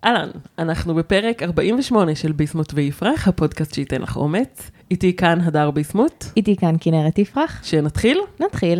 אהלן, אנחנו בפרק 48 של ביסמוט ויפרח, הפודקאסט שייתן לך אומץ. איתי כאן הדר ביסמוט. איתי כאן כנרת יפרח. שנתחיל? נתחיל.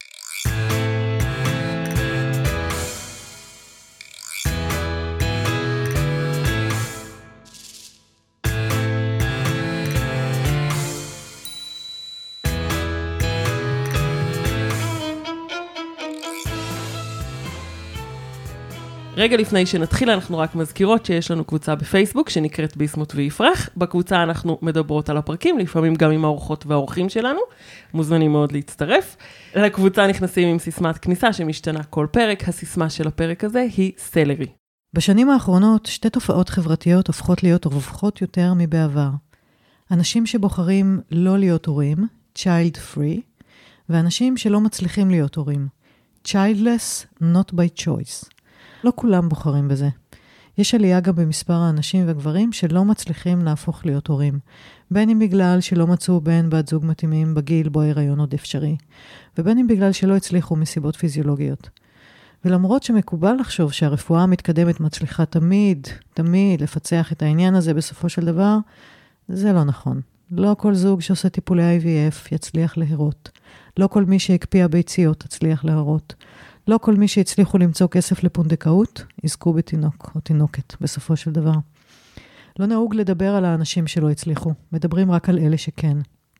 רגע לפני שנתחיל, אנחנו רק מזכירות שיש לנו קבוצה בפייסבוק שנקראת ביסמוט ויפרח. בקבוצה אנחנו מדברות על הפרקים, לפעמים גם עם האורחות והאורחים שלנו. מוזמנים מאוד להצטרף. לקבוצה נכנסים עם סיסמת כניסה שמשתנה כל פרק. הסיסמה של הפרק הזה היא סלרי. בשנים האחרונות, שתי תופעות חברתיות הופכות להיות רווחות יותר מבעבר. אנשים שבוחרים לא להיות הורים, child free, ואנשים שלא מצליחים להיות הורים, childless, not by choice. לא כולם בוחרים בזה. יש עלייה גם במספר האנשים וגברים שלא מצליחים להפוך להיות הורים. בין אם בגלל שלא מצאו בן בת זוג מתאימים בגיל בו ההיריון עוד אפשרי, ובין אם בגלל שלא הצליחו מסיבות פיזיולוגיות. ולמרות שמקובל לחשוב שהרפואה המתקדמת מצליחה תמיד לפצח את העניין הזה בסופו של דבר, זה לא נכון. לא כל זוג שעושה טיפולי IVF יצליח להרות. לא כל מי שהקפיע ביציות תצליח להרות. לא כל מי שהצליחו למצוא כסף לפונדקאות, יזכו בתינוק או תינוקת בסופו של דבר. לא נהוג לדבר על האנשים שלא הצליחו, מדברים רק על אלה שכן.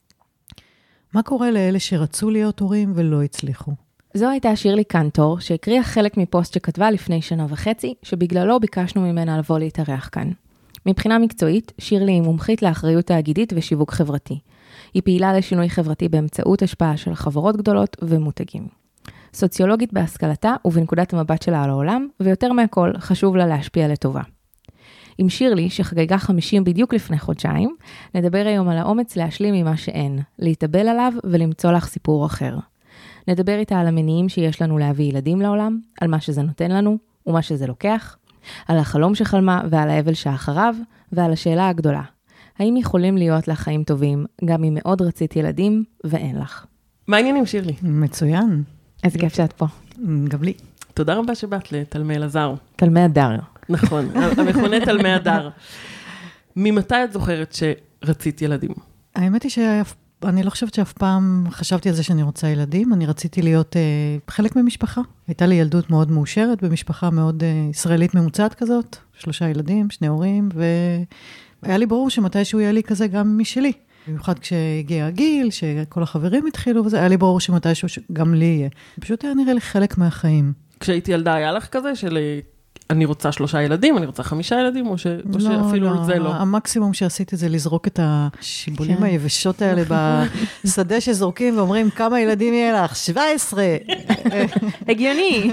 מה קורה לאלה שרצו להיות הורים ולא הצליחו? זו הייתה שירלי קנטור, שהקריאה חלק מפוסט שכתבה לפני 1.5 שנה, שבגללו ביקשנו ממנה לבוא להתארח כאן. מבחינה מקצועית, שירלי היא מומחית לאחריות תאגידית ושיווק חברתי. היא פעילה לשינוי חברתי באמצעות השפעה של חברות גדולות ומותגים. סוציולוגית בהשכלתה ובנקודת המבט שלה על העולם, ויותר מהכל חשוב לה להשפיע לטובה. עם שירלי, שחגגה 50 בדיוק לפני חודשיים, נדבר היום על האומץ להשלים ממה שאין, להתאבל עליו ולמצוא לך סיפור אחר. נדבר איתה על המניעים שיש לנו להביא ילדים לעולם, על מה שזה נותן לנו ומה שזה לוקח, על החלום שחלמה ועל האבל שאחריו, ועל השאלה הגדולה, האם יכולים להיות לך חיים טובים, גם אם מאוד רצית ילדים ואין לך? מה העניינים שירלי? מצוין. איזה כיף שאת פה. גם לי. תודה רבה שבאת לתלמי אלעזר. תלמי הדר. נכון, המכונה תלמי הדר. ממתי את זוכרת שרצית ילדים? האמת היא שאני לא חושבת שאף פעם חשבתי על זה שאני רוצה ילדים. אני רציתי להיות חלק ממשפחה. הייתה לי ילדות מאוד מאושרת, במשפחה מאוד ישראלית ממוצעת כזאת. 3 ילדים, 2 הורים, והיה לי ברור שמתישהו יהיה לי כזה גם משלי. במיוחד כשהגיע הגיל, שכל החברים התחילו, וזה היה לי ברור שמתישהו גם לי יהיה. פשוט היה נראה לי חלק מהחיים. כשהייתי ילדה, היה לך כזה של אני רוצה 3 ילדים, אני רוצה 5 ילדים, או שאפילו זה לא? המקסימום שעשיתי זה לזרוק את השיבולים היבשות האלה בשדה שזורקים ואומרים, כמה ילדים יהיה לך? 17. הגיוני.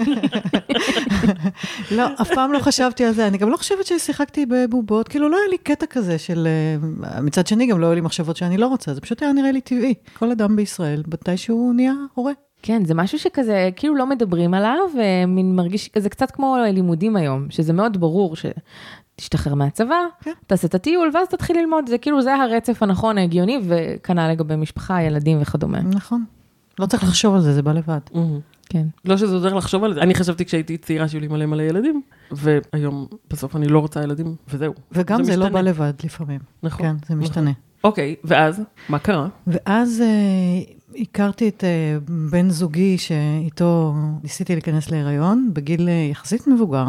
לא, אף פעם לא חשבתי על זה. אני גם לא חושבת ששיחקתי בבובות, כאילו לא היה לי קטע כזה של, מצד שני גם לא היה לי מחשבות שאני לא רוצה, זה פשוט היה נראה לי טבעי. כל אדם בישראל, מתי שהוא נהיה הורה. כן, זה משהו שכזה, כאילו לא מדברים עליו, ומין מרגיש, זה קצת כמו לימודים היום, שזה מאוד ברור שתשתחרר מהצבא, תעשה את הטיול, ואז תתחיל ללמוד, זה כאילו, זה הרצף הנכון, ההגיוני, וכנ"ל לגבי משפחה, ילדים וכדומה. נכון. לא צריך לחשוב על זה, זה בא לבד. כן. לא שזה עוזר לחשוב על זה. אני חשבתי כשהייתי צעירה שהיו לי מלא ילדים, והיום בסוף אני לא רוצה ילדים, וזהו. וגם זה לא בא לבד לפעמים. נכון. כן, זה משתנה. אוקיי, ואז, מה קרה? ואז הכרתי את בן זוגי שאיתו ניסיתי להיכנס להיריון, בגיל יחסית מבוגר,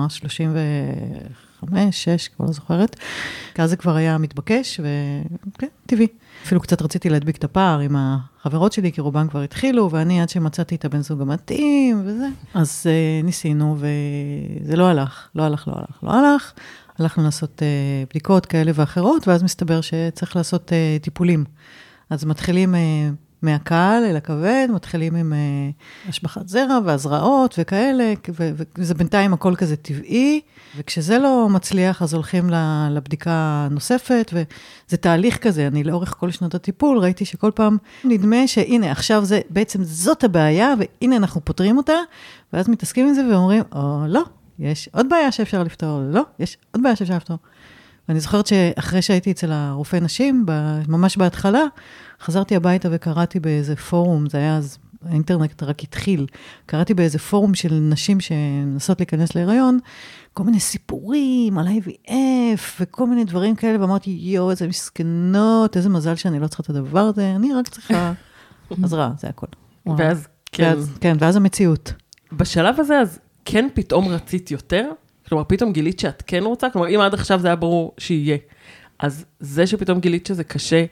35, 6, כבר לא זוכרת. כי אז זה כבר היה מתבקש, וכן, טבעי. אפילו קצת רציתי להדביק את הפער עם החברות שלי, כי רובן כבר התחילו, ואני עד שמצאתי את הבן זוג המתאים, וזה. אז ניסינו, וזה לא הלך. הלכנו לעשות בדיקות כאלה ואחרות, ואז מסתבר שצריך לעשות טיפולים. אז מתחילים מהקהל אל הכבד, מתחילים עם השבחת זרע והזרעות וכאלה, וזה בינתיים הכל כזה טבעי, וכשזה לא מצליח, אז הולכים לבדיקה נוספת, וזה תהליך כזה, אני לאורך כל שנות הטיפול, ראיתי שכל פעם נדמה שהנה, עכשיו זה, בעצם זאת הבעיה, והנה אנחנו פותרים אותה, ואז מתעסקים עם זה ואומרים, לא, יש עוד בעיה שאפשר לפתור, לא, יש עוד בעיה שאפשר לפתור. ואני זוכרת שאחרי שהייתי אצל הרופא נשים, ממש בהתחלה, חזרתי הביתה וקראתי באיזה פורום, זה היה אז האינטרנט רק התחיל. קראתי באיזה פורום של נשים שנסות להיכנס להיריון, כל מיני סיפורים על IVF, וכל מיני דברים כאלה, ואמרתי, יו, איזה מסכנות, איזה מזל שאני לא צריכה את הדבר הזה, אני רק צריכה עזרה, זה הכל. ואז, כן. כן, ואז המציאות. בשלב הזה, אז כן פתאום רצית יותר? כלומר, פתאום גילית שאת כן רוצה? כלומר, אם עד עכשיו זה היה ברור שיהיה, אז זה שפתאום גילית שזה קשה,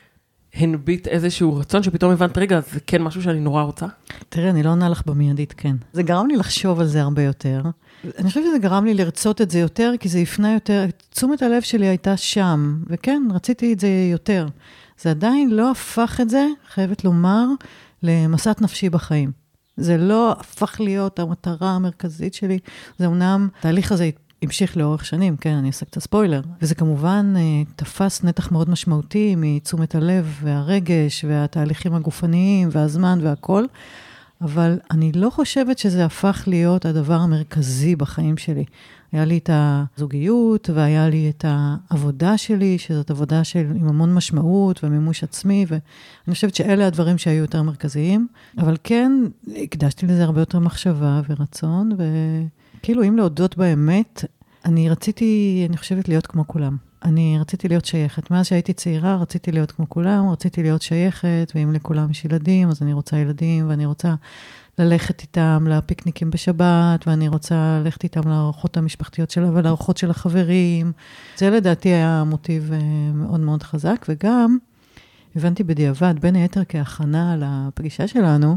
הנביט איזשהו רצון, שפתאום הבנת, רגע, זה כן משהו שאני נורא רוצה? תראה, אני לא עונה לך במיידית, כן. זה גרם לי לחשוב על זה הרבה יותר. אני חושבת שזה גרם לי לרצות את זה יותר, כי זה יפנה יותר, תשומת הלב שלי הייתה שם, וכן, רציתי את זה יותר. זה עדיין לא הפך את זה, חייבת לומר, למסעת נפשי בחיים. זה לא הפך להיות המטרה המרכזית שלי, זה אומנם, התהליך הזה המשיך לאורך שנים, כן, אני אעשה קצת ספוילר, וזה כמובן תפס נתח מאוד משמעותי מתשומת הלב והרגש והתהליכים הגופניים והזמן והכל, אבל אני לא חושבת שזה הפך להיות הדבר המרכזי בחיים שלי. היה לי את הזוגיות והיה לי את העבודה שלי, שזאת עבודה עם המון משמעות ומימוש עצמי, ואני חושבת שאלה הדברים שהיו יותר מרכזיים, אבל כן, הקדשתי לזה הרבה יותר מחשבה ורצון, וכאילו אם להודות באמת, אני חושבת להיות כמו כולם. אני רציתי להיות שייכת. מאז שהייתי צעירה, רציתי להיות כמו כולם, רציתי להיות שייכת, ואם לכולם יש ילדים, אז אני רוצה ילדים, ואני רוצה ללכת איתם לפיקניקים בשבת, ואני רוצה ללכת איתם לארוחות המשפחתיות שלה, ולארוחות של החברים. זה לדעתי היה מוטיב מאוד מאוד חזק, וגם הבנתי בדיעבד, בין היתר כהכנה לפגישה שלנו,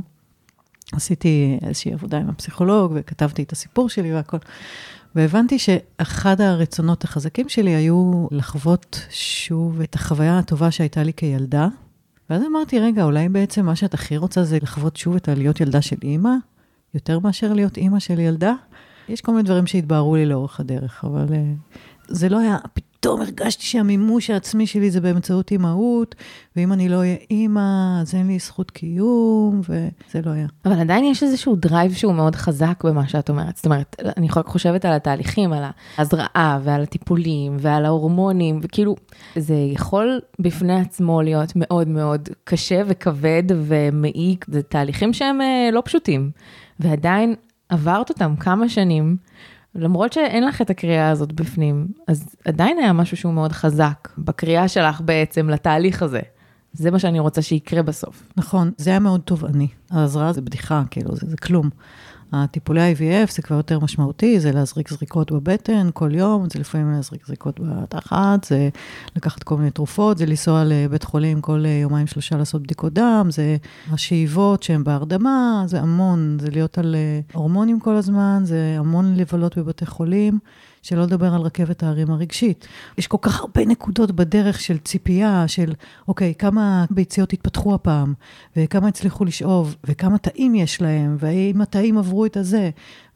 עשיתי איזושהי עבודה עם הפסיכולוג, וכתבתי את הסיפור שלי והכל. והבנתי שאחד הרצונות החזקים שלי היו לחוות שוב את החוויה הטובה שהייתה לי כילדה. ואז אמרתי, רגע, אולי בעצם מה שאת הכי רוצה זה לחוות שוב את להיות ילדה של אימא, יותר מאשר להיות אימא של ילדה. יש כל מיני דברים שהתבהרו לי לאורך הדרך, אבל זה לא היה, פתאום הרגשתי שהמימוש העצמי שלי זה באמצעות אימהות, ואם אני לא אהיה אימא, אז אין לי זכות קיום, וזה לא היה. אבל עדיין יש איזשהו דרייב שהוא מאוד חזק במה שאת אומרת. זאת אומרת, אני חושבת על התהליכים, על ההזרעה, ועל הטיפולים, ועל ההורמונים, וכאילו, זה יכול בפני עצמו להיות מאוד מאוד קשה וכבד ומעיק. זה תהליכים שהם לא פשוטים, ועדיין עברת אותם כמה שנים, למרות שאין לך את הקריאה הזאת בפנים, אז עדיין היה משהו שהוא מאוד חזק, בקריאה שלך בעצם לתהליך הזה. זה מה שאני רוצה שיקרה בסוף. נכון, זה היה מאוד תובעני. ההזרעה זה בדיחה, כאילו, זה כלום. הטיפולי IVF זה כבר יותר משמעותי, זה להזריק זריקות בבטן כל יום, זה לפעמים להזריק זריקות בתחת, זה לקחת כל מיני תרופות, זה לנסוע לבית חולים כל יומיים 3 לעשות בדיקות דם, זה השאיבות שהן בהרדמה, זה המון, זה להיות על הורמונים כל הזמן, זה המון לבלות בבתי חולים, שלא לדבר על רכבת ההרים הרגשית. יש כל כך הרבה נקודות בדרך של ציפייה, של אוקיי, כמה ביציות התפתחו הפעם, וכמה הצליחו לשאוב, וכמה תאים יש להם, והאם התאים עברו את הזה,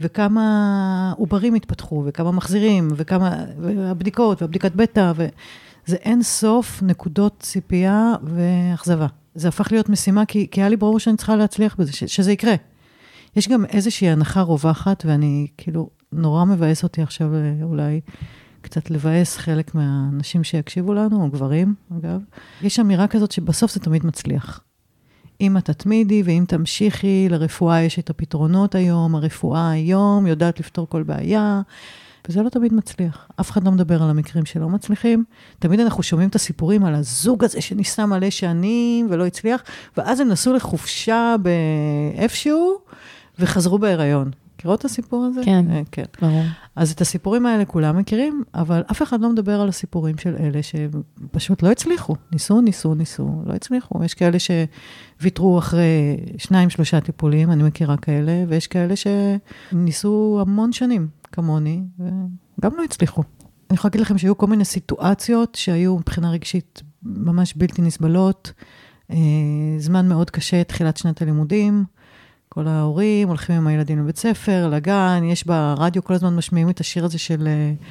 וכמה עוברים התפתחו, וכמה מחזירים, וכמה הבדיקות, והבדיקת בטא, וזה אין סוף נקודות ציפייה ואכזבה. זה הפך להיות משימה, כי היה לי ברור שאני צריכה להצליח בזה, שזה יקרה. יש גם איזושהי הנחה רווחת, ואני כאילו נורא מבאס אותי עכשיו אולי קצת לבאס חלק מהאנשים שיקשיבו לנו, או גברים, אגב. יש אמירה כזאת שבסוף זה תמיד מצליח. אם את תתמידי ואם תמשיכי, לרפואה יש את הפתרונות היום, הרפואה היום יודעת לפתור כל בעיה, וזה לא תמיד מצליח. אף אחד לא מדבר על המקרים שלא מצליחים. תמיד אנחנו שומעים את הסיפורים על הזוג הזה שניסה מלא שנים ולא הצליח, ואז הם נסעו לחופשה באיפשהו וחזרו בהיריון. מכירות את הסיפור הזה? כן, כן. ברור. אז את הסיפורים האלה כולם מכירים, אבל אף אחד לא מדבר על הסיפורים של אלה שפשוט לא הצליחו. ניסו, לא הצליחו. יש כאלה שוויתרו אחרי 2-3 טיפולים, אני מכירה כאלה, ויש כאלה שניסו המון שנים, כמוני, וגם לא הצליחו. אני יכולה להגיד לכם שהיו כל מיני סיטואציות שהיו מבחינה רגשית ממש בלתי נסבלות, זמן מאוד קשה, תחילת שנת הלימודים, כל ההורים הולכים עם הילדים לבית ספר, לגן, יש ברדיו כל הזמן משמיעים את השיר הזה של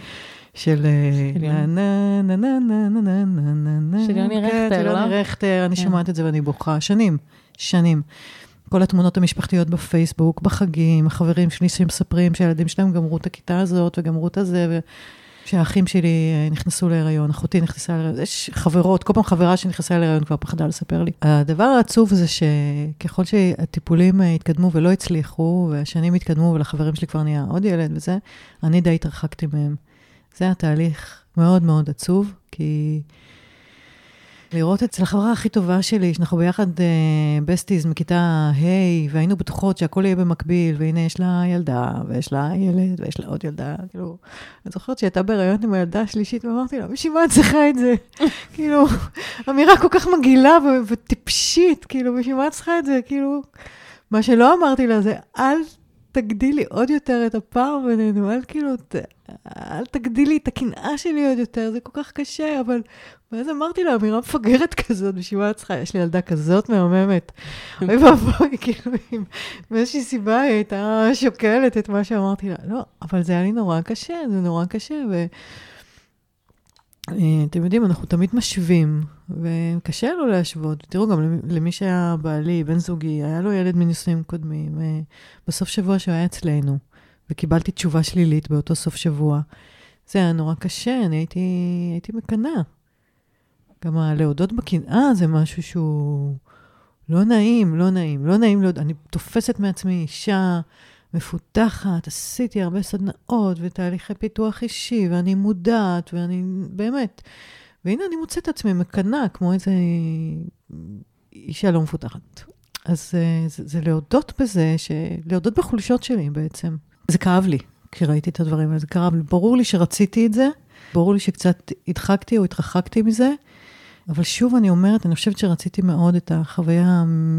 יוני רכטר, לא? יוני רכטר, אני שומעת את זה ואני בוכה, שנים. כל התמונות המשפחתיות בפייסבוק, בחגים, החברים שלי שמספרים שהילדים שלהם גמרו את הכיתה הזאת וגמרו את הזה, שהאחים שלי נכנסו להיריון, אחותי נכנסה להיריון, יש חברות, כל פעם חברה שנכנסה להיריון כבר פחדה לספר לי. הדבר העצוב זה שככל שהטיפולים התקדמו ולא הצליחו, והשנים התקדמו ולחברים שלי כבר נהיה עוד ילד וזה, אני די התרחקתי מהם. זה היה תהליך מאוד מאוד עצוב, כי לראות אצל החברה הכי טובה שלי, שאנחנו ביחד בסטיז מכיתה ה' והיינו בטוחות שהכל יהיה במקביל, והנה יש לה ילדה, ויש לה ילד, ויש לה עוד ילדה, כאילו, אני זוכרת שהייתה בהיריון עם הילדה השלישית, ואמרתי לה, בשביל מה את צריכה את זה? כאילו, אמירה כל כך מגעילה וטיפשית, כאילו, בשביל מה את צריכה את זה? כאילו, מה שלא אמרתי לה זה, אל תגדילי עוד יותר את הפער בינינו, אל תגדילי את הקנאה שלי עוד יותר, זה כל כך קשה, אבל ואז אמרתי לה, אמירה מפגרת כזאת, בשביל מה את צריכה, יש לי ילדה כזאת מהממת, אוי ואבוי, כאילו, באיזושהי סיבה היא הייתה שוקלת את מה שאמרתי לה, לא, אבל זה היה לי נורא קשה, זה נורא קשה, אתם יודעים, אנחנו תמיד משווים, וקשה לו להשוות. תראו, גם למי שהיה בעלי, בן זוגי, היה לו ילד מנישואים קודמים, בסוף שבוע שהוא היה אצלנו, וקיבלתי תשובה שלילית באותו סוף שבוע. זה היה נורא קשה, אני הייתי מקנאה. גם להודות בקנאה זה משהו שהוא לא נעים, אני תופסת מעצמי אישה מפותחת, עשיתי הרבה סדנאות ותהליכי פיתוח אישי, ואני מודעת, ואני באמת, והנה אני מוצאת עצמי מקנאה, כמו איזה אישה לא מפותחת. אז זה להודות בזה, להודות בחולשות שלי בעצם. זה כאב לי, כשראיתי את הדברים האלה, זה כאב לי. ברור לי שרציתי את זה, ברור לי שקצת הדחקתי או התרחקתי מזה, אבל שוב אני אומרת, אני חושבת שרציתי מאוד את החוויה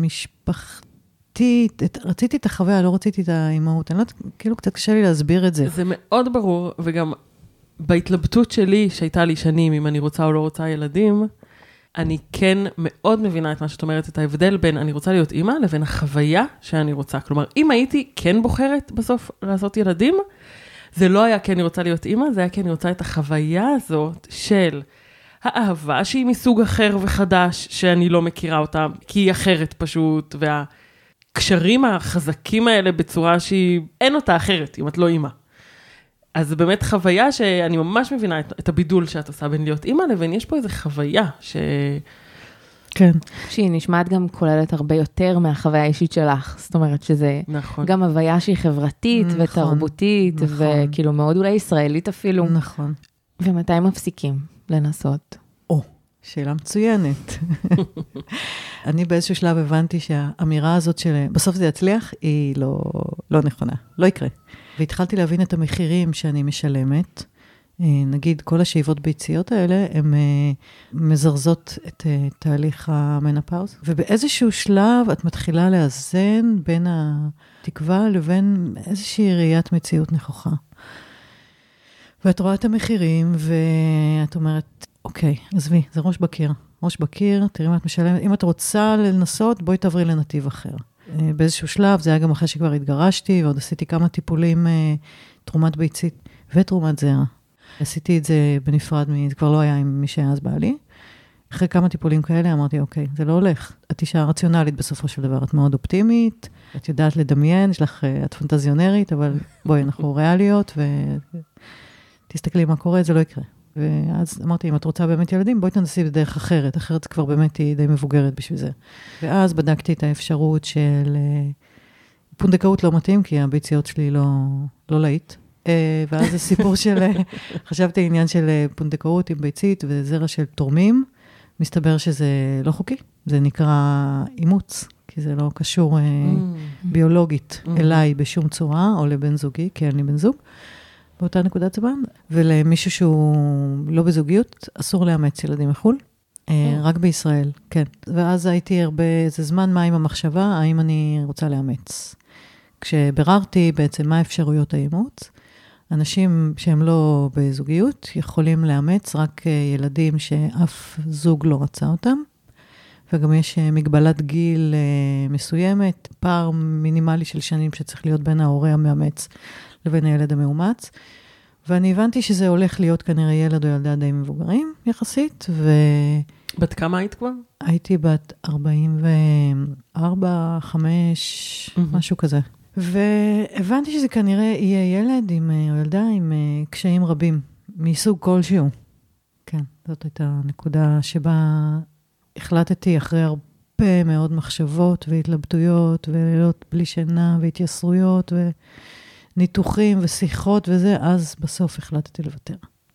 המשפחתית, רציתי את החוויה, לא רציתי את האימהות. אני לא, כאילו קצת קשה לי להסביר את זה. זה מאוד ברור, וגם בהתלבטות שלי, שהייתה לי שנים, אם אני רוצה או לא רוצה ילדים, אני כן מאוד מבינה את מה שאת אומרת, את ההבדל בין אני רוצה להיות אימא, לבין החוויה שאני רוצה. כלומר, אם הייתי כן בוחרת בסוף לעשות ילדים, זה לא היה כי אני רוצה להיות אימא, זה היה כי אני רוצה את החוויה הזאת של האהבה שהיא מסוג אחר וחדש, שאני לא מכירה אותה, כי היא אחרת פשוט, והקשרים החזקים האלה בצורה שהיא אין אותה אחרת, אם את לא אימא. אז באמת חוויה שאני ממש מבינה את הבידול שאת עושה בין להיות אימא, לבין יש פה איזו חוויה כן. שהיא נשמעת גם כוללת הרבה יותר מהחוויה האישית שלך. זאת אומרת שזה נכון. גם הוויה שהיא חברתית נכון, ותרבותית, נכון. וכאילו מאוד אולי ישראלית אפילו. נכון. ומתי מפסיקים לנסות? שאלה מצוינת. אני באיזשהו שלב הבנתי שהאמירה הזאת של בסוף זה יצליח, היא לא נכונה, לא יקרה. והתחלתי להבין את המחירים שאני משלמת. נגיד, כל השאיבות ביציות האלה, הן מזרזות את תהליך המנופאוז. ובאיזשהו שלב את מתחילה לאזן בין התקווה לבין איזושהי ראיית מציאות נכוחה. ואת רואה את המחירים, ואת אומרת, אוקיי, עזבי, זה ראש בקיר. ראש בקיר, תראי מה את משלמת. אם את רוצה לנסות, בואי תעברי לנתיב אחר. באיזשהו שלב, זה היה גם אחרי שכבר התגרשתי, ועוד עשיתי כמה טיפולים, תרומת ביצית ותרומת זרע. עשיתי את זה בנפרד, זה כבר לא היה עם מי שהיה אז בעלי. אחרי כמה טיפולים כאלה, אמרתי, אוקיי, זה לא הולך. את אישה רציונלית בסופו של דבר, את מאוד אופטימית, את יודעת לדמיין, יש לך, את פנטזיונרית, אבל בואי, אנחנו ריאליות, ותסתכלי מה קורה, זה לא יקרה. ואז אמרתי, אם את רוצה באמת ילדים, בואי תנסי בדרך אחרת, אחרת כבר באמת היא די מבוגרת בשביל זה. ואז בדקתי את האפשרות של פונדקאות לא מתאים, כי הביציות שלי לא להיט. ואז הסיפור של, חשבתי עניין של פונדקאות עם ביצית וזרע של תורמים, מסתבר שזה לא חוקי, זה נקרא אימוץ, כי זה לא קשור ביולוגית אליי בשום צורה, או לבן זוגי, כי אני בן זוג. באותה נקודת זמן, ולמישהו שהוא לא בזוגיות, אסור לאמץ ילדים מחול, רק בישראל, כן. ואז הייתי איזה זמן מה עם המחשבה, האם אני רוצה לאמץ. כשבררתי בעצם מה אפשרויות האימוץ, אנשים שהם לא בזוגיות, יכולים לאמץ רק ילדים שאף זוג לא רצה אותם, וגם יש מגבלת גיל מסוימת, פער מינימלי של שנים שצריך להיות בין ההורה המאמץ, לבין הילד המאומץ, ואני הבנתי שזה הולך להיות כנראה ילד או ילדה די מבוגרים יחסית, בת כמה היית כבר? הייתי בת 44, 5, משהו כזה. והבנתי שזה כנראה יהיה ילד או ילדה עם קשיים רבים, מסוג כלשהו. כן, זאת הייתה נקודה שבה החלטתי אחרי הרבה מאוד מחשבות והתלבטויות, ולילות בלי שינה והתייסרויות וניתוחים ושיחות וזה, אז בסוף החלטתי לוותר.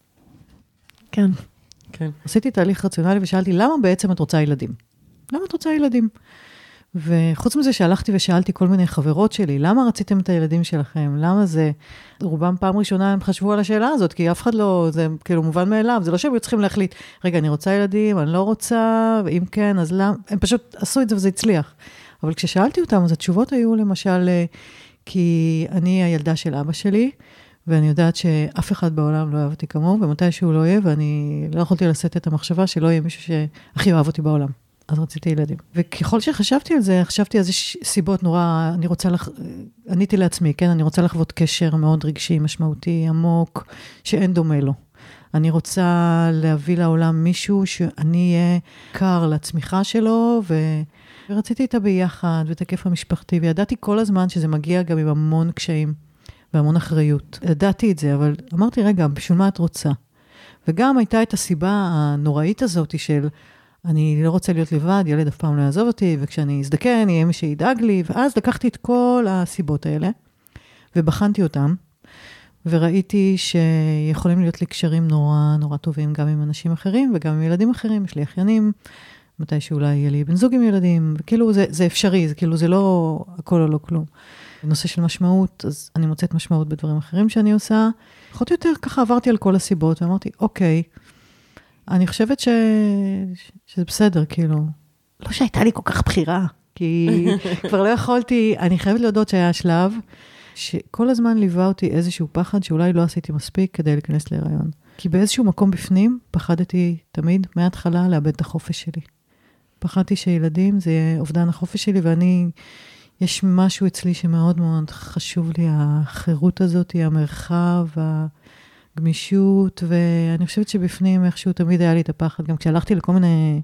כן. כן. עשיתי תהליך רציונלי ושאלתי, למה בעצם את רוצה ילדים? למה את רוצה ילדים? וחוץ מזה שהלכתי ושאלתי כל מיני חברות שלי, למה רציתם את הילדים שלכם? למה זה? רובם פעם ראשונה הם חשבו על השאלה הזאת, כי אף אחד לא, זה כאילו מובן מאליו, זה לא שהם צריכים להחליט, רגע, אני רוצה ילדים, אני לא רוצה, ואם כן, אז למה? הם פשוט עשו את זה וזה הצליח. אבל כששאלתי אותם, אז התשובות היו למשל, כי אני הילדה של אבא שלי, ואני יודעת שאף אחד בעולם לא אוהב אותי כמוהו, ומתי שהוא לא יהיה, ואני לא יכולתי לשאת את המחשבה שלא יהיה מישהו שהכי אוהב אותי בעולם. אז רציתי ילדים. וככל שחשבתי על זה, חשבתי על זה סיבות נורא, עניתי לעצמי, כן? אני רוצה לחוות קשר מאוד רגשי, משמעותי, עמוק, שאין דומה לו. אני רוצה להביא לעולם מישהו שאני אהיה קר לצמיחה שלו, ורציתי איתה ביחד, ואת הכיף המשפחתי, וידעתי כל הזמן שזה מגיע גם עם המון קשיים, והמון אחריות. ידעתי את זה, אבל אמרתי, רגע, בשביל מה את רוצה? וגם הייתה את הסיבה הנוראית הזאת של, אני לא רוצה להיות לבד, ילד אף פעם לא יעזוב אותי, וכשאני אזדקן, יהיה מי שידאג לי, ואז לקחתי את כל הסיבות האלה, ובחנתי אותם, וראיתי שיכולים להיות לי קשרים נורא, נורא טובים, גם עם אנשים אחרים, וגם עם ילדים אחרים, יש לי אחיינים, מתי שאולי יהיה לי בן זוג עם ילדים, וכאילו זה אפשרי, זה כאילו זה לא הכל או לא כלום. בנושא של משמעות, אז אני מוצאת משמעות בדברים אחרים שאני עושה, פחות או יותר ככה עברתי על כל הסיבות, ואמרתי, אוקיי, אני חושבת שזה בסדר, כאילו, לא שהייתה לי כל כך בחירה, כי כבר לא יכולתי, אני חייבת להודות שהיה שלב, שכל הזמן ליווה אותי איזשהו פחד, שאולי לא עשיתי מספיק כדי להיכנס להיריון. כי באיזשהו מקום בפנים, פחדתי תמיד, מההתחלה, לאבד את החופש שלי. פחדתי שילדים, זה אובדן החופש שלי, יש משהו אצלי שמאוד מאוד חשוב לי, החירות הזאת, המרחב, הגמישות, ואני חושבת שבפנים איכשהו תמיד היה לי את הפחד, גם כשהלכתי לכל מיני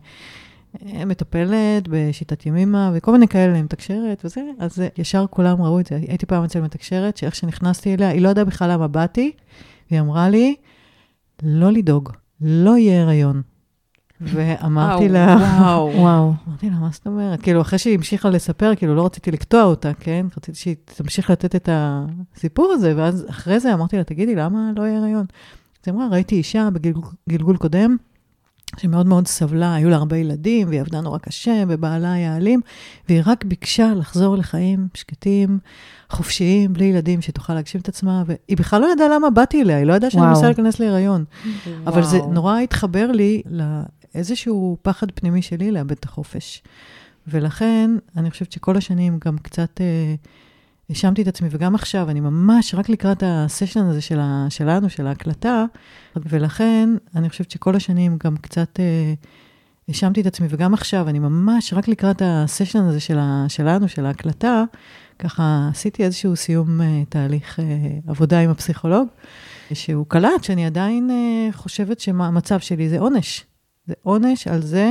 מטפלת בשיטת ימימה, וכל מיני כאלה מתקשרת וזה, אז ישר כולם ראו את זה. הייתי פעם אצל מתקשרת, שאיך שנכנסתי אליה, היא לא ידעה בכלל למה באתי, והיא אמרה לי, לא לדאוג, לא יהיה הריון. ואמרתי לה, וואו. אמרתי לה, מה זאת אומרת? כאילו, אחרי שהיא המשיכה לספר, כאילו, לא רציתי לקטוע אותה, כן? רציתי שהיא תמשיך לתת את הסיפור הזה, ואז אחרי זה אמרתי לה, תגידי, למה לא יהיה הריון? אז היא אמרה, ראיתי אישה בגלגול קודם, שמאוד מאוד סבלה, היו לה הרבה ילדים, והיא עבדה נורא קשה, ובעלה היה אלים, והיא רק ביקשה לחזור לחיים שקטים, חופשיים, בלי ילדים, שתוכל להגשים את עצמה, והיא בכלל לא ידעה למה באתי אליה, היא לא ידעה שאני מנסה להיכנס להיריון. אבל זה נורא התחבר לי לאיזשהו פחד פנימי שלי, לאבד את החופש. ולכן, אני חושבת שכל השנים גם קצת האשמתי את עצמי, וגם עכשיו, אני ממש רק לקראת הסשן הזה שלנו, של ההקלטה, ולכן אני חושבת שכל השנים גם קצת האשמתי את עצמי, וגם עכשיו, אני ממש רק לקראת הסשן הזה שלנו, של ההקלטה, ככה עשיתי איזשהו סיום תהליך עבודה עם הפסיכולוג, שהוא קלט שאני עדיין חושבת שהמצב שלי זה עונש. זה עונש על זה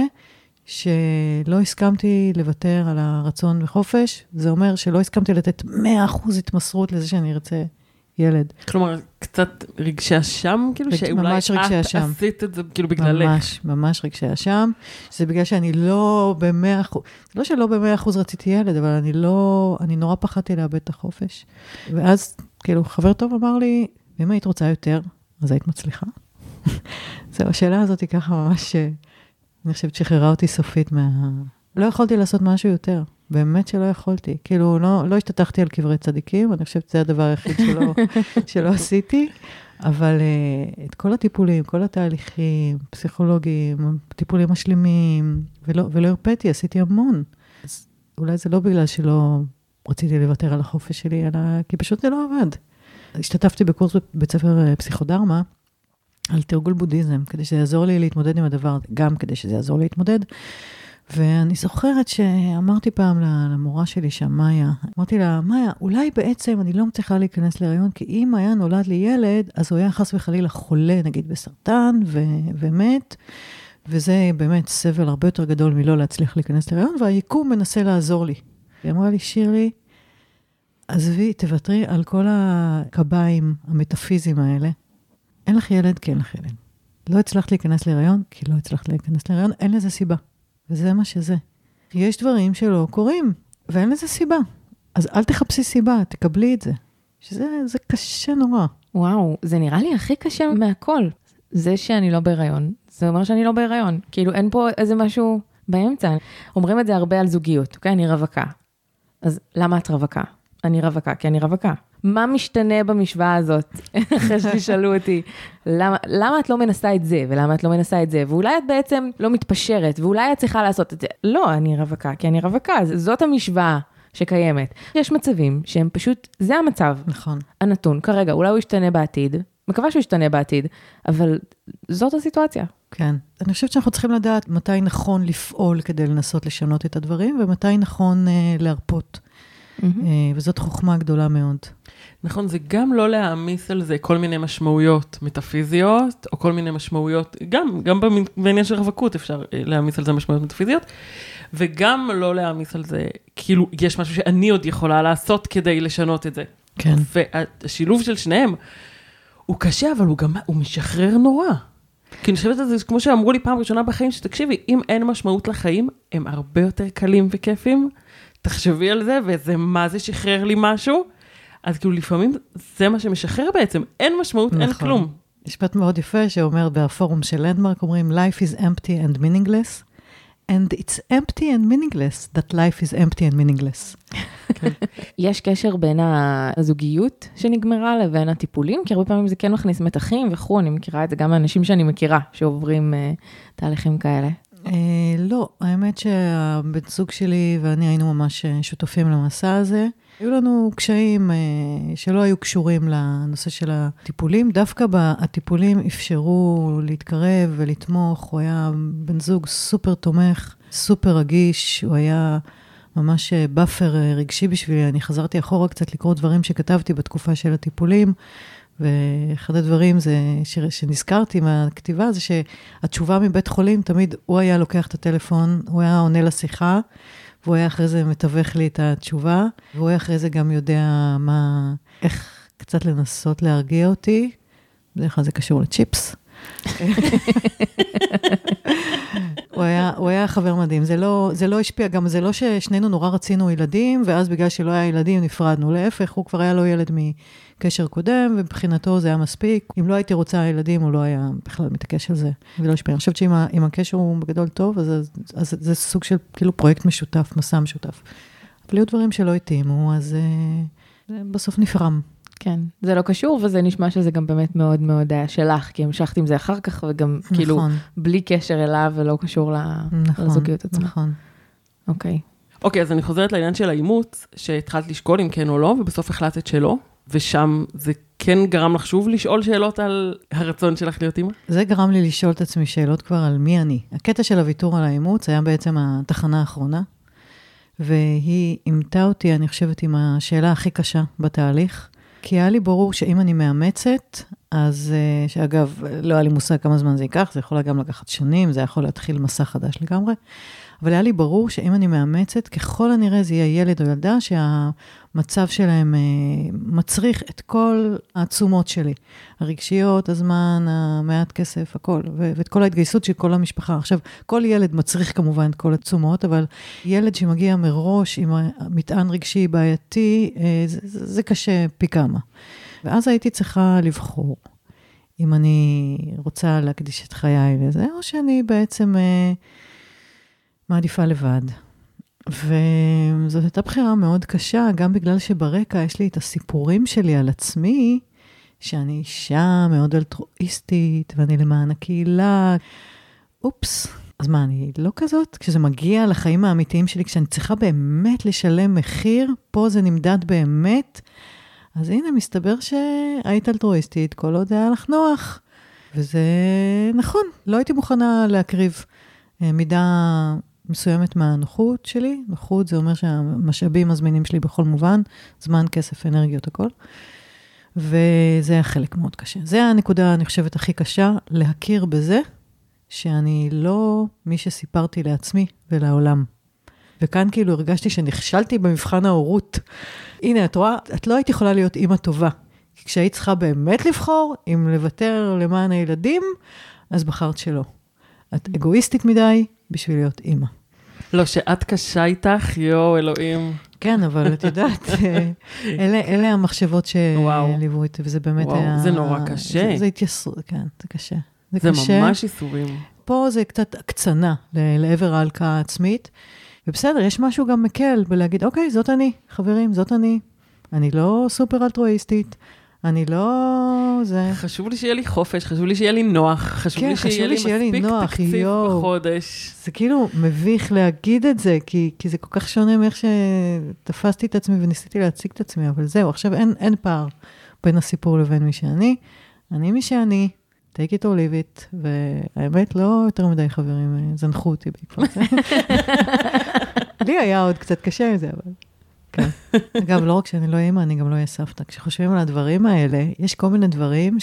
שלא הסכמתי לוותר על הרצון וחופש, זה אומר שלא הסכמתי לתת 100% התמסרות לזה שאני ארצה ילד. כלומר, קצת רגשי אשם, כאילו, שאולי את עשית את זה, כאילו, בגללך. ממש רגשי אשם, שזה בגלל שאני לא ב100%, לא שלא ב100% רציתי ילד, אבל אני נורא פחדתי לאבד את החופש. ואז, כאילו, חבר טוב אמר לי, אם היית רוצה יותר, אז היית מצליחה. זהו, השאלה הזאת היא ככה ממש, אני חושבת שחררה אותי סופית לא יכולתי לעשות משהו יותר. באמת שלא יכולתי. כאילו, לא השתתחתי על קברי צדיקים, אני חושבת שזה הדבר היחיד שלא עשיתי, אבל את כל הטיפולים, כל התהליכים, פסיכולוגיים, טיפולים משלימים, ולא הרפאתי, עשיתי המון. אז אולי זה לא בגלל שלא רציתי לוותר על החופש שלי, אלא כי פשוט זה לא עבד. השתתפתי בקורס בבית ספר פסיכודרמה, על תרגול בודהיזם, כדי שזה יעזור לי להתמודד עם הדבר, גם כדי שזה יעזור לי להתמודד. ואני זוכרת שאמרתי פעם למורה שלי שם, מאיה, אמרתי לה, מאיה, אולי בעצם אני לא מצליחה להיכנס להיריון, כי אם היה נולד לי ילד, אז הוא היה חס וחלילה חולה, נגיד בסרטן, ומת, וזה באמת סבל הרבה יותר גדול מלא להצליח להיכנס להיריון, והיקום מנסה לעזור לי. היא אמרה לי, שירלי, עזבי, תוותרי על כל הקביים המטאפיזיים האלה, אין לך ילד, כי אין לך ילד. לא הצלחת להיכנס להיריון, כי לא הצלחת להיכנס להיריון, אין לזה סיבה. וזה מה שזה. יש דברים שלא קורים, ואין לזה סיבה. אז אל תחפשי סיבה, תקבלי את זה. זה קשה נורא. וואו, זה נראה לי הכי קשה מהכל. זה שאני לא בהיריון, זה אומר שאני לא בהיריון. כאילו אין פה איזה משהו באמצע. אומרים את זה הרבה על זוגיות, אוקיי? אני רווקה. אז למה את רווקה? אני רווקה, כי אני רווקה. מה משתנה במשוואה הזאת? אחרי שתשאלו אותי, למה את לא מנסה את זה, ולמה את לא מנסה את זה, ואולי את בעצם לא מתפשרת, ואולי את צריכה לעשות את זה. לא, אני רווקה, כי אני רווקה. זאת המשוואה שקיימת. יש מצבים שהם פשוט, זה המצב. נכון. הנתון, כרגע, אולי הוא ישתנה בעתיד, מקווה שהוא ישתנה בעתיד, אבל זאת הסיטואציה. כן. אני חושבת שאנחנו צריכים לדעת מתי נכון לפעול כדי לנסות לשנות את הדברים, ומתי נכון להרפות. וזאת חוכמה גדולה מאוד. נכון, זה גם לא להעמיס על זה כל מיני משמעויות מטאפיזיות, או כל מיני משמעויות, גם בעניין של רווקות אפשר להעמיס על זה משמעויות מטאפיזיות, וגם לא להעמיס על זה, כאילו יש משהו שאני עוד יכולה לעשות כדי לשנות את זה. כן. והשילוב של שניהם, הוא קשה, אבל הוא משחרר נורא. כי אני חושבת על זה, כמו שאמרו לי פעם ראשונה בחיים, שתקשיבי, אם אין משמעות לחיים, הם הרבה יותר קלים וכיפים, תחשבי על זה, וזה מה זה שחרר לי משהו, אז כאילו לפעמים זה מה שמשחרר בעצם, אין משמעות, אין כלום. משפט מאוד יפה שאומר בפורום של לנדמרק, אומרים, life is empty and meaningless, and it's empty and meaningless, that life is empty and meaningless. יש קשר בין הזוגיות שנגמרה לבין הטיפולים, כי הרבה פעמים זה כן מכניס מתחים וכו', אני מכירה את זה גם מאנשים שאני מכירה, שעוברים תהליכים כאלה. לא, האמת שהבן זוג שלי ואני היינו ממש שותפים למסע הזה. היו לנו קשיים שלא היו קשורים לנושא של הטיפולים. דווקא הטיפולים אפשרו להתקרב ולתמוך. הוא היה בן זוג סופר תומך, סופר רגיש. הוא היה ממש באפר רגשי בשבילי. אני חזרתי אחורה קצת לקרוא דברים שכתבתי בתקופה של הטיפולים. ואחד הדברים שנזכרתי מהכתיבה זה שהתשובה מבית חולים, תמיד הוא היה לוקח את הטלפון, הוא היה עונה לשיחה, והוא היה אחרי זה מתווך לי את התשובה, והוא היה אחרי זה גם יודע איך קצת לנסות להרגיע אותי, בדרך כלל זה קשור לצ'יפס. הוא היה חבר מדהים, זה לא השפיע, גם זה לא ששנינו נורא רצינו ילדים, ואז בגלל שלא היה ילדים נפרדנו, להפך, הוא כבר היה לו ילד מקשר קודם, ובבחינתו זה היה מספיק, אם לא הייתי רוצה ילדים, הוא לא היה בכלל מתעקש על זה, ולא השפיע. אני חושבת שאם הקשר הוא בגדול טוב, אז זה סוג של כאילו פרויקט משותף, מסע משותף. אבל היו דברים שלא התאימו, אז בסוף נפרם. כן, זה לא קשור, וזה נשמע שזה גם באמת מאוד מאוד היה שלך, כי המשכתי עם זה אחר כך, וגם נכון. כאילו בלי קשר אליו, ולא קשור לזוגיות עצמה. נכון. אוקיי, אז אני חוזרת לעניין של האימוץ, שהתחלת לשקול אם כן או לא, ובסוף החלטת שלא, ושם זה כן גרם לך שוב לשאול שאלות על הרצון שלך להיות אימא? זה גרם לי לשאול את עצמי שאלות כבר על מי אני. הקטע של הוויתור על האימוץ היה בעצם התחנה האחרונה, והיא אימתה אותי, אני חושבת, עם השאלה הכי קשה בתהליך, כי היה לי ברור שאם אני מאמצת, אז שאגב, לא היה לי מושג כמה זמן זה ייקח, זה יכול גם לקחת שנים, זה יכול להתחיל מסע חדש לגמרי, אבל היה לי ברור שאם אני מאמצת, ככל הנראה זה יהיה ילד או ילדה, שהמצב שלהם מצריך את כל העצומות שלי, הרגשיות, הזמן, המעט כסף, הכל, ואת כל ההתגייסות של כל המשפחה. עכשיו, כל ילד מצריך כמובן את כל התשומות, אבל ילד שמגיע מראש עם מטען רגשי בעייתי, זה קשה פי כמה. ואז הייתי צריכה לבחור, אם אני רוצה להקדיש את חיי לזה, או שאני בעצם מעדיפה לבד. וזאת הייתה בחירה מאוד קשה, גם בגלל שברקע יש לי את הסיפורים שלי על עצמי, שאני אישה מאוד אלטרואיסטית, ואני למען הקהילה. אופס, אז מה, אני לא כזאת? כשזה מגיע לחיים האמיתיים שלי, כשאני צריכה באמת לשלם מחיר, פה זה נמדד באמת, אז הנה, מסתבר שהיית אלטרואיסטית, כל עוד היה לך נוח. וזה נכון, לא הייתי מוכנה להקריב מידה מסוימת מהנוחות שלי. נוחות זה אומר שהמשאבים הזמינים שלי בכל מובן, זמן, כסף, אנרגיות, הכל. וזה היה חלק מאוד קשה. זה הנקודה, אני חושבת, הכי קשה, להכיר בזה, שאני לא מי שסיפרתי לעצמי ולעולם. וכאן כאילו הרגשתי שנכשלתי במבחן ההורות. הנה, את רואה, את לא היית יכולה להיות אימא טובה, כשהיית צריכה באמת לבחור, אם לוותר למען הילדים, אז בחרת שלא. את אגואיסטית מדי בשביל להיות אימא. לא, שאת קשה איתך, יו, אלוהים. כן, אבל את יודעת, אלה המחשבות שליוו איתי, וזה באמת היה... זה נורא קשה. זה התייסרות, כן, זה קשה. זה ממש איסורים. פה זה קצת הקצנה לעבר ההלקאה העצמית, ובסדר, יש משהו גם מקל בלהגיד, אוקיי, זאת אני, חברים, זאת אני. אני לא סופר אלטרואיסטית, אני לא... חשוב לי שיהיה לי חופש, חשוב לי שיהיה לי נוח, חשוב לי שיהיה לי מספיק תקציב בחודש. זה כאילו מביך להגיד את זה, כי זה כל כך שונה מאיך שתפסתי את עצמי וניסיתי להציג את עצמי, אבל זהו, עכשיו אין פער בין הסיפור לבין מי שאני. אני מי שאני, take it or leave it, והאמת לא יותר מדי חברים זנחו אותי בעקבות זה. לי היה עוד קצת קשה עם זה, אבל... כן. אגב, לא רק שאני לא אימא, אני גם לא אהיה סבתא. כשחושבים על הדברים האלה, יש כל מיני דברים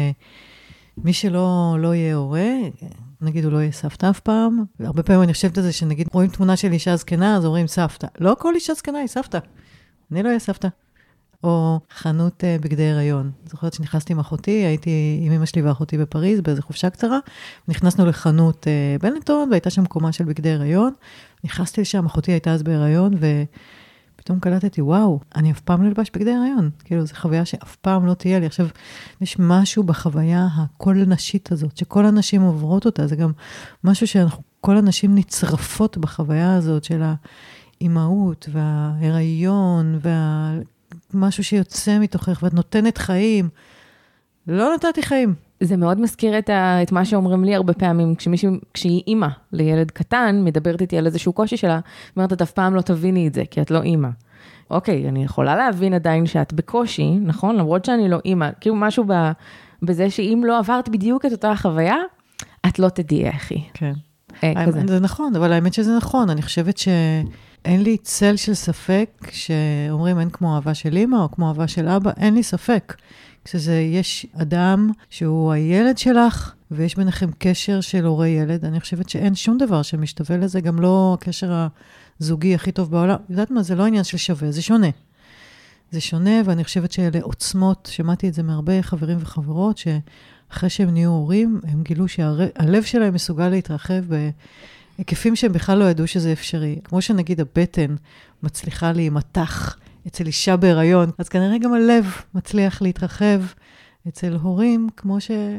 שמי שלא יהיה הורה, נגיד הוא לא יהיה סבתא אף פעם, הרבה פעמים אני חושבת על זה שנגיד רואים תמונה של אישה זקנה, אז אומרים סבתא. לא כל אישה זקנה היא סבתא. אני לא אהיה סבתא. או חנות בגדי הריון. זוכרת שנכנסתי עם אחותי, הייתי עם אמא שלי ואחותי בפריז, באיזו חופשה קצרה, נכנסנו לחנות בנטון, והייתה שם קומה של בגדי הריון. נכנסתי לשם, אחותי הייתה אז בהיריון, פתאום קלטתי, וואו, אני אף פעם לא אלבש בגדי הריון. כאילו, זו חוויה שאף פעם לא תהיה לי. עכשיו, יש משהו בחוויה הכל נשית הזאת, שכל הנשים עוברות אותה. זה גם משהו שאנחנו, כל הנשים נצרפות בחוויה הזאת של האימהות וההיריון, משהו שיוצא מתוכך, ואת נותנת חיים. לא נתתי חיים. זה מאוד מזכיר את מה שאומרים לי הרבה פעמים, כשהיא אימא לילד קטן, מדברת איתי על איזשהו קושי שלה, אומרת, את אף פעם לא תביני את זה, כי את לא אימא. אוקיי, אני יכולה להבין עדיין שאת בקושי, נכון? למרות שאני לא אימא, כאילו משהו בזה שאם לא עברת בדיוק את אותה החוויה, את לא תדעי איך היא. כן. זה נכון, אבל האמת שזה נכון. אני חושבת שאין לי צל של ספק, שאומרים אין כמו אהבה של אימא, או כמו אהבה של אבא, אין לי ספק. יש אדם שהוא הילד שלך, ויש ביניכם קשר של הורי ילד, אני חושבת שאין שום דבר שמשתווה לזה, גם לא הקשר הזוגי הכי טוב בעולם. יודעת מה, זה לא עניין של שווה, זה שונה. זה שונה, ואני חושבת שאלה עוצמות, שמעתי את זה מהרבה חברים וחברות, שאחרי שהם נהיו הורים, הם גילו שהלב שלהם מסוגל להתרחב בהיקפים שהם בכלל לא ידעו שזה אפשרי. כמו שנגיד הבטן מצליחה להימתח, אצל אישה בהיריון, אז כנראה גם הלב מצליח להתרחב אצל הורים, כמו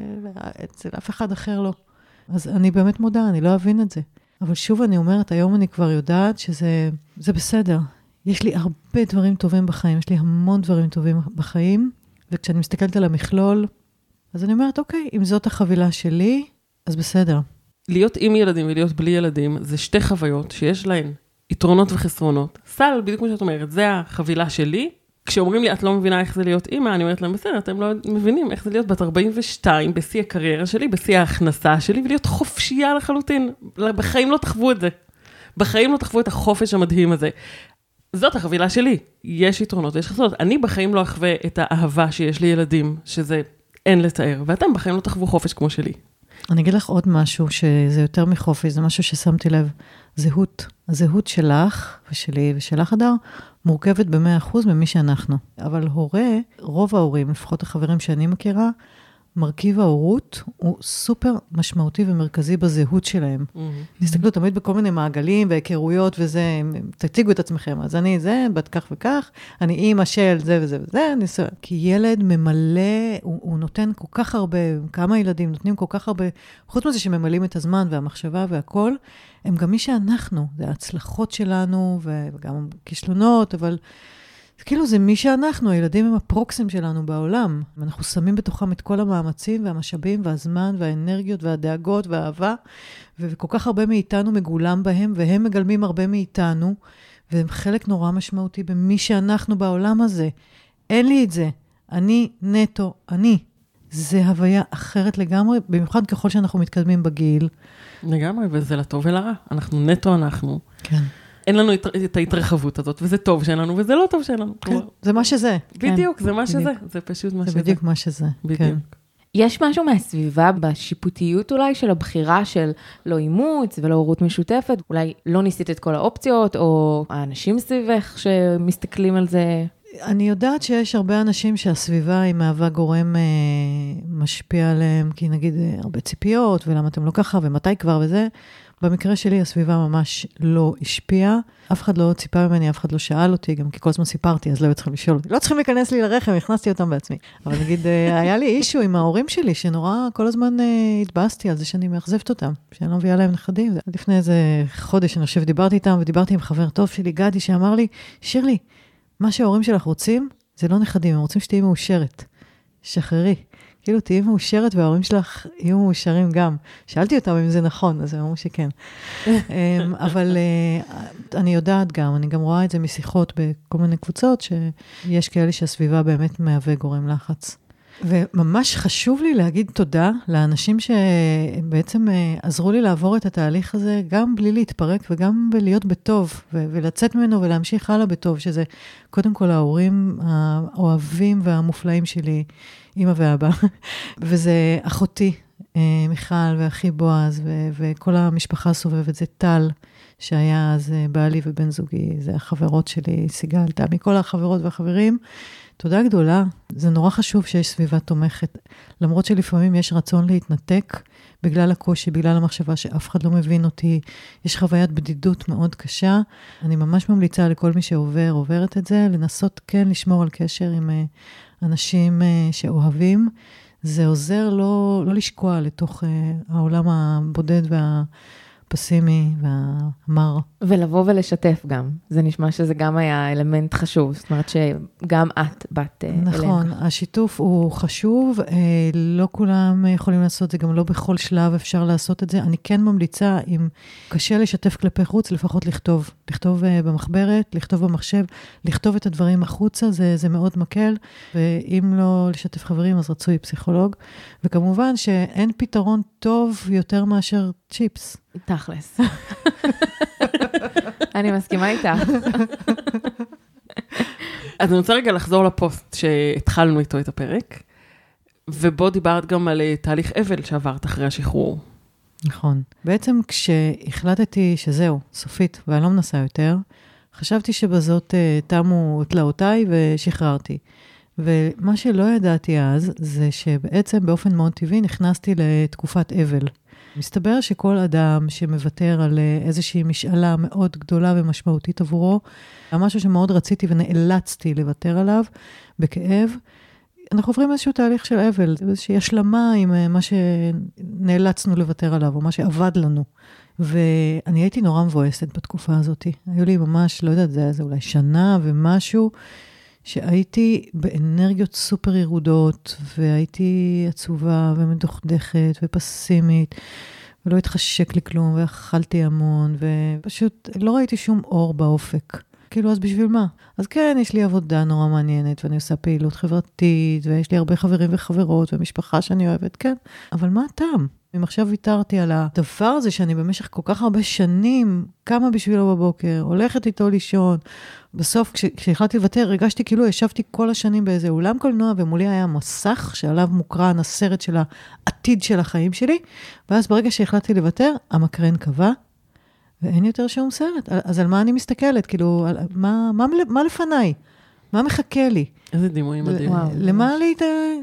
שאצל אף אחד אחר לא. אז אני באמת מודה, אני לא אבין את זה. אבל שוב אני אומרת, היום אני כבר יודעת שזה בסדר. יש לי הרבה דברים טובים בחיים, יש לי המון דברים טובים בחיים, וכשאני מסתכלת על המכלול, אז אני אומרת, אוקיי, אם זאת החבילה שלי, אז בסדר. להיות עם ילדים ולהיות בלי ילדים, זה שתי חוויות שיש להן יתרונות וחסרונות. סל, בדיוק כמו שאת אומרת, זה החבילה שלי. כשאומרים לי, את לא מבינה איך זה להיות אימא, אני אומרת להם, בסדר, אתם לא מבינים איך זה להיות בת 42, בשיא הקריירה שלי, בשיא ההכנסה שלי, ולהיות חופשייה לחלוטין. בחיים לא תחוו את זה. בחיים לא תחוו את החופש המדהים הזה. זאת החבילה שלי. יש יתרונות ויש חסרונות. אני בחיים לא אחווה את האהבה שיש לי ילדים, שזה אין לתאר, ואתם בחיים לא תחוו חופש כמו שלי. אני אגיד לך עוד משהו שזה יותר מחופש, זה משהו ששמתי לב, זהות. הזהות שלך ושלי ושלך הדר, מורכבת ב100% ממי שאנחנו. אבל הורה, רוב ההורים, לפחות החברים שאני מכירה, מרכיב ההורות הוא סופר משמעותי ומרכזי בזהות שלהם. תסתכלו תמיד בכל מיני מעגלים והיכרויות וזה, תציגו את עצמכם, אז אני זה, בת כך וכך, אני אימא של זה וזה וזה, כי ילד ממלא, הוא נותן כל כך הרבה, כמה ילדים נותנים כל כך הרבה, חוץ מזה שממלאים את הזמן והמחשבה והכל, הם גם מי שאנחנו, זה ההצלחות שלנו וגם כישלונות, אבל כאילו זה מי שאנחנו, הילדים הם הפרוקסים שלנו בעולם. אנחנו שמים בתוכם את כל המאמצים והמשאבים והזמן והאנרגיות והדאגות והאהבה, וכל כך הרבה מאיתנו מגולם בהם, והם מגלמים הרבה מאיתנו, והם חלק נורא משמעותי במי שאנחנו בעולם הזה. אין לי את זה. אני נטו, אני. זה הוויה אחרת לגמרי, במיוחד ככל שאנחנו מתקדמים בגיל. לגמרי, וזה לטוב ולרע. אנחנו נטו, אנחנו. כן. אין לנו את ההתרחבות הזאת, וזה טוב שאין לנו, וזה לא טוב שאין לנו. כן, זה מה שזה. בדיוק, זה מה שזה. זה פשוט מה שזה. זה בדיוק מה שזה. בדיוק. יש משהו מהסביבה, בשיפוטיות אולי, של הבחירה של לא אימוץ ולא הורות משותפת, אולי לא ניסית את כל האופציות, או האנשים סביבך שמסתכלים על זה? אני יודעת שיש הרבה אנשים שהסביבה היא מהווה גורם משפיע עליהם, כי נגיד הרבה ציפיות, ולמה אתם לא ככה, ומתי כבר וזה. במקרה שלי הסביבה ממש לא השפיעה, אף אחד לא ציפה ממני, אף אחד לא שאל אותי, גם כי כל הזמן סיפרתי, אז לא היו צריכים לשאול אותי. לא צריכים להיכנס לי לרחם, הכנסתי אותם בעצמי. אבל נגיד, היה לי אישו עם ההורים שלי, שנורא כל הזמן התבאסתי על זה שאני מאכזבת אותם, שאני לא מביאה להם נכדים. לפני איזה חודש אני חושב, דיברתי איתם, ודיברתי עם חבר טוב שלי, גדי, שאמר לי, שירלי, מה שההורים שלך רוצים, זה לא נכדים, הם רוצים שתהיי מאושרת. שחררי. כאילו תהיי מאושרת וההורים שלך יהיו מאושרים גם. שאלתי אותם אם זה נכון, אז הם אמרו שכן. אבל אני יודעת גם, אני גם רואה את זה משיחות בכל מיני קבוצות, שיש כאלה שהסביבה באמת מהווה גורם לחץ. וממש חשוב לי להגיד תודה לאנשים שבעצם עזרו לי לעבור את התהליך הזה, גם בלי להתפרק וגם בלהיות בטוב, ולצאת ממנו ולהמשיך הלאה בטוב, שזה קודם כל ההורים האוהבים והמופלאים שלי, אמא ואבא, וזה אחותי, מיכל ואחי בועז, וכל המשפחה הסובבת, זה טל, שהיה אז בעלי ובן זוגי, זה החברות שלי, סיגל, תמי, כל החברות והחברים, תודה גדולה, זה נורא חשוב שיש סביבה תומכת, למרות שלפעמים יש רצון להתנתק, בגלל הקושי, בגלל המחשבה שאף אחד לא מבין אותי, יש חוויית בדידות מאוד קשה, אני ממש ממליצה לכל מי שעוברת את זה, לנסות כן לשמור על קשר עם אנשים שאוהבים, זה עוזר לא לשקוע לתוך העולם הבודד והפסימי והמר. ולבוא ולשתף גם. זה נשמע שזה גם היה אלמנט חשוב. זאת אומרת שגם את באת אליהם. נכון, השיתוף הוא חשוב. לא כולם יכולים לעשות זה, גם לא בכל שלב אפשר לעשות את זה. אני כן ממליצה, אם קשה לשתף כלפי חוץ, לפחות לכתוב. לכתוב במחברת, לכתוב במחשב, לכתוב את הדברים החוצה, זה מאוד מקל. ואם לא לשתף חברים, אז רצוי פסיכולוג. וכמובן שאין פתרון טוב יותר מאשר צ'יפס. תכלס. אני מסכימה איתך. אז אני רוצה רגע לחזור לפוסט שהתחלנו איתו את הפרק, ובו דיברת גם על תהליך אבל שעברת אחרי השחרור. נכון. בעצם כשהחלטתי שזהו, סופית, ואני לא מנסה יותר, חשבתי שבזאת תמו תלאותיי ושחררתי. ומה שלא ידעתי אז, זה שבעצם באופן מאוד טבעי נכנסתי לתקופת אבל. מסתבר שכל אדם שמוותר על איזושהי משאלה מאוד גדולה ומשמעותית עבורו, משהו שמאוד רציתי ונאלצתי לוותר עליו בכאב, אנחנו עוברים איזשהו תהליך של אבל, איזושהי השלמה עם מה שנאלצנו לוותר עליו, או מה שעבד לנו. ואני הייתי נורא מבואסת בתקופה הזאת. היו לי ממש, לא יודעת, זה אולי שנה ומשהו, שהייתי באנרגיות סופר ירודות, והייתי עצובה ומדוכדכת ופסימית, ולא התחשק לי כלום, ואכלתי המון, ופשוט לא ראיתי שום אור באופק. כאילו, אז בשביל מה? אז כן, יש לי עבודה נורא מעניינת, ואני עושה פעילות חברתית, ויש לי הרבה חברים וחברות, ומשפחה שאני אוהבת, כן. אבל מה הטעם? אם עכשיו ויתרתי על הדבר הזה, שאני במשך כל כך הרבה שנים, קמה בשבילו בבוקר, הולכת איתו לישון, בסוף כשהחלטתי לוותר, הרגשתי כאילו ישבתי כל השנים באיזה אולם קולנוע, ומולי היה מסך שעליו מוקרן הסרט של העתיד של החיים שלי, ואז ברגע שהחלטתי לוותר, המקרן קבע, ואין יותר שום סרט. אז על מה אני מסתכלת? כאילו, מה לפניי? מה מחכה לי? איזה דימויים מדהים. למה לי?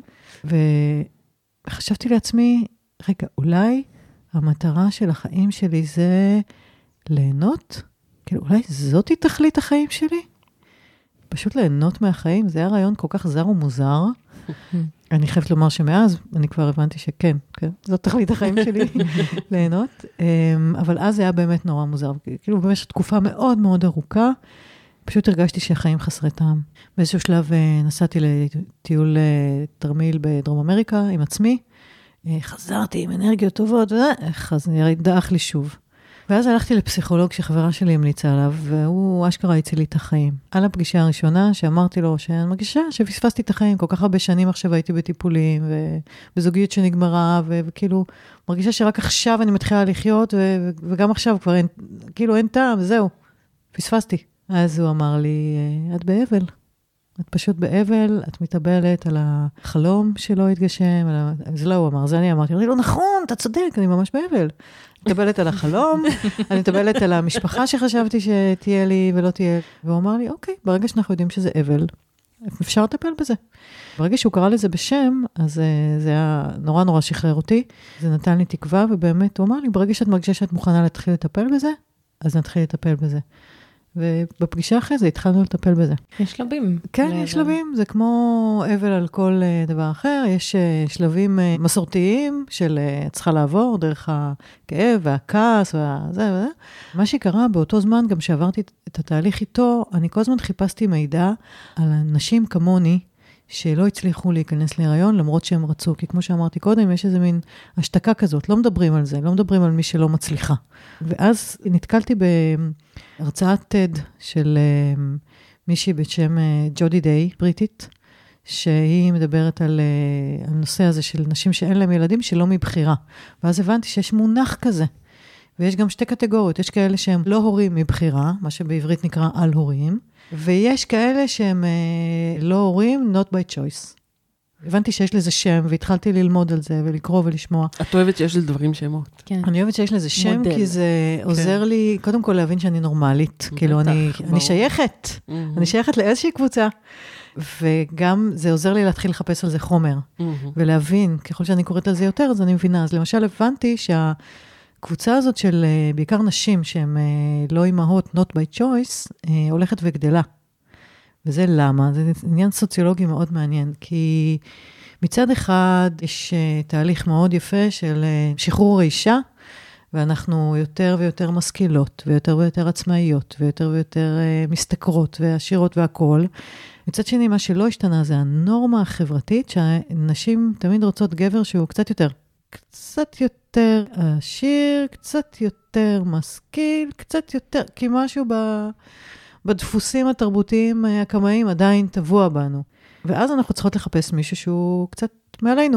וחשבתי לעצמי, רגע, אולי המטרה של החיים שלי זה ליהנות? כאילו, אולי זאת היא תכלית החיים שלי? פשוט ליהנות מהחיים, זה היה רעיון כל כך זר ומוזר. אני חייבת לומר שמאז, אני כבר הבנתי שכן, כן? זאת תכלית החיים שלי, ליהנות. אבל אז זה היה באמת נורא מוזר. כאילו, במשך תקופה מאוד מאוד ארוכה, פשוט הרגשתי שהחיים חסרי טעם. באיזשהו שלב נסעתי לטיול תרמיל בדרום אמריקה עם עצמי, חזרתי עם אנרגיות טובות, אז דאח לי שוב. ואז הלכתי לפסיכולוג שחברה שלי המליצה עליו, והוא אשכרה הציל לי את החיים. על הפגישה הראשונה שאמרתי לו שאני מרגישה שפספסתי את החיים, כל כך הרבה שנים עכשיו הייתי בטיפולים, ובזוגיות שנגמרה, וכאילו מרגישה שרק עכשיו אני מתחילה לחיות, וגם עכשיו כבר אין, כאילו אין טעם, זהו, פספסתי. אז הוא אמר לי, את באבל. את פשוט באבל, את מתאבלת על החלום שלא התגשם, זה לא הוא אמר, זה אני אמרתי, לא נכון, אתה צודק, אני ממש באבל. מתאבלת על החלום, אני מתאבלת על המשפחה שחשבתי שתהיה לי ולא תהיה, והוא אמר לי, אוקיי, ברגע שאנחנו יודעים שזה אבל, אפשר לטפל בזה. ברגע שהוא קרא לזה בשם, אז זה היה נורא נורא שחרר אותי, זה נתן לי תקווה, ובאמת הוא אמר לי, ברגע שאת מרגישה שאת מוכנה להתחיל לטפל בזה, אז נתחיל לטפל בזה. ובפגישה אחרי זה התחלנו לטפל בזה. יש שלבים. כן, יש שלבים, זה כמו אבל על כל דבר אחר, יש שלבים מסורתיים של צריכה לעבור דרך הכאב והכעס וזה. מה שקרה באותו זמן, גם שעברתי את התהליך איתו, אני כל הזמן חיפשתי מידע על אנשים כמוני, שלא הצליחו להיכנס להיריון, למרות שהם רצו, כי כמו שאמרתי קודם, יש איזה מין השתקה כזאת, לא מדברים על זה, לא מדברים על מי שלא מצליחה. ואז נתקלתי בהרצאת TED של מישהי בשם ג'ודי דיי, בריטית, שהיא מדברת על הנושא הזה של נשים שאין להם ילדים, שלא מבחירה. ואז הבנתי שיש מונח כזה, ויש גם שתי קטגוריות, יש כאלה שהם לא הורים מבחירה, מה שבעברית נקרא על הורים, ויש כאלה שהם לא הורים, not by choice. הבנתי שיש לזה שם, והתחלתי ללמוד על זה, ולקרוא ולשמוע. את אוהבת שיש לדברים שמות. כן. אני אוהבת שיש לזה שם, כי זה עוזר לי, קודם כל להבין שאני נורמלית. כאילו, אני שייכת. אני שייכת לאיזושהי קבוצה. וגם זה עוזר לי להתחיל לחפש על זה חומר. ולהבין, ככל שאני קוראת על זה יותר, אז אני מבינה. אז למשל, הבנתי קבוצה הזאת של בעיקר נשים שהן לא אימהות, not by choice, הולכת וגדלה. וזה למה? זה עניין סוציולוגי מאוד מעניין, כי מצד אחד יש תהליך מאוד יפה של שחרור האישה, ואנחנו יותר ויותר משכילות, ויותר ויותר עצמאיות, ויותר ויותר משתכרות ועשירות והכל. מצד שני, מה שלא השתנה זה הנורמה החברתית, שהנשים תמיד רוצות גבר שהוא קצת יותר עשיר, קצת יותר משכיל, קצת יותר, כי משהו בדפוסים התרבותיים הקמאיים עדיין טבוע בנו. ואז אנחנו צריכות לחפש מישהו שהוא קצת מעלינו.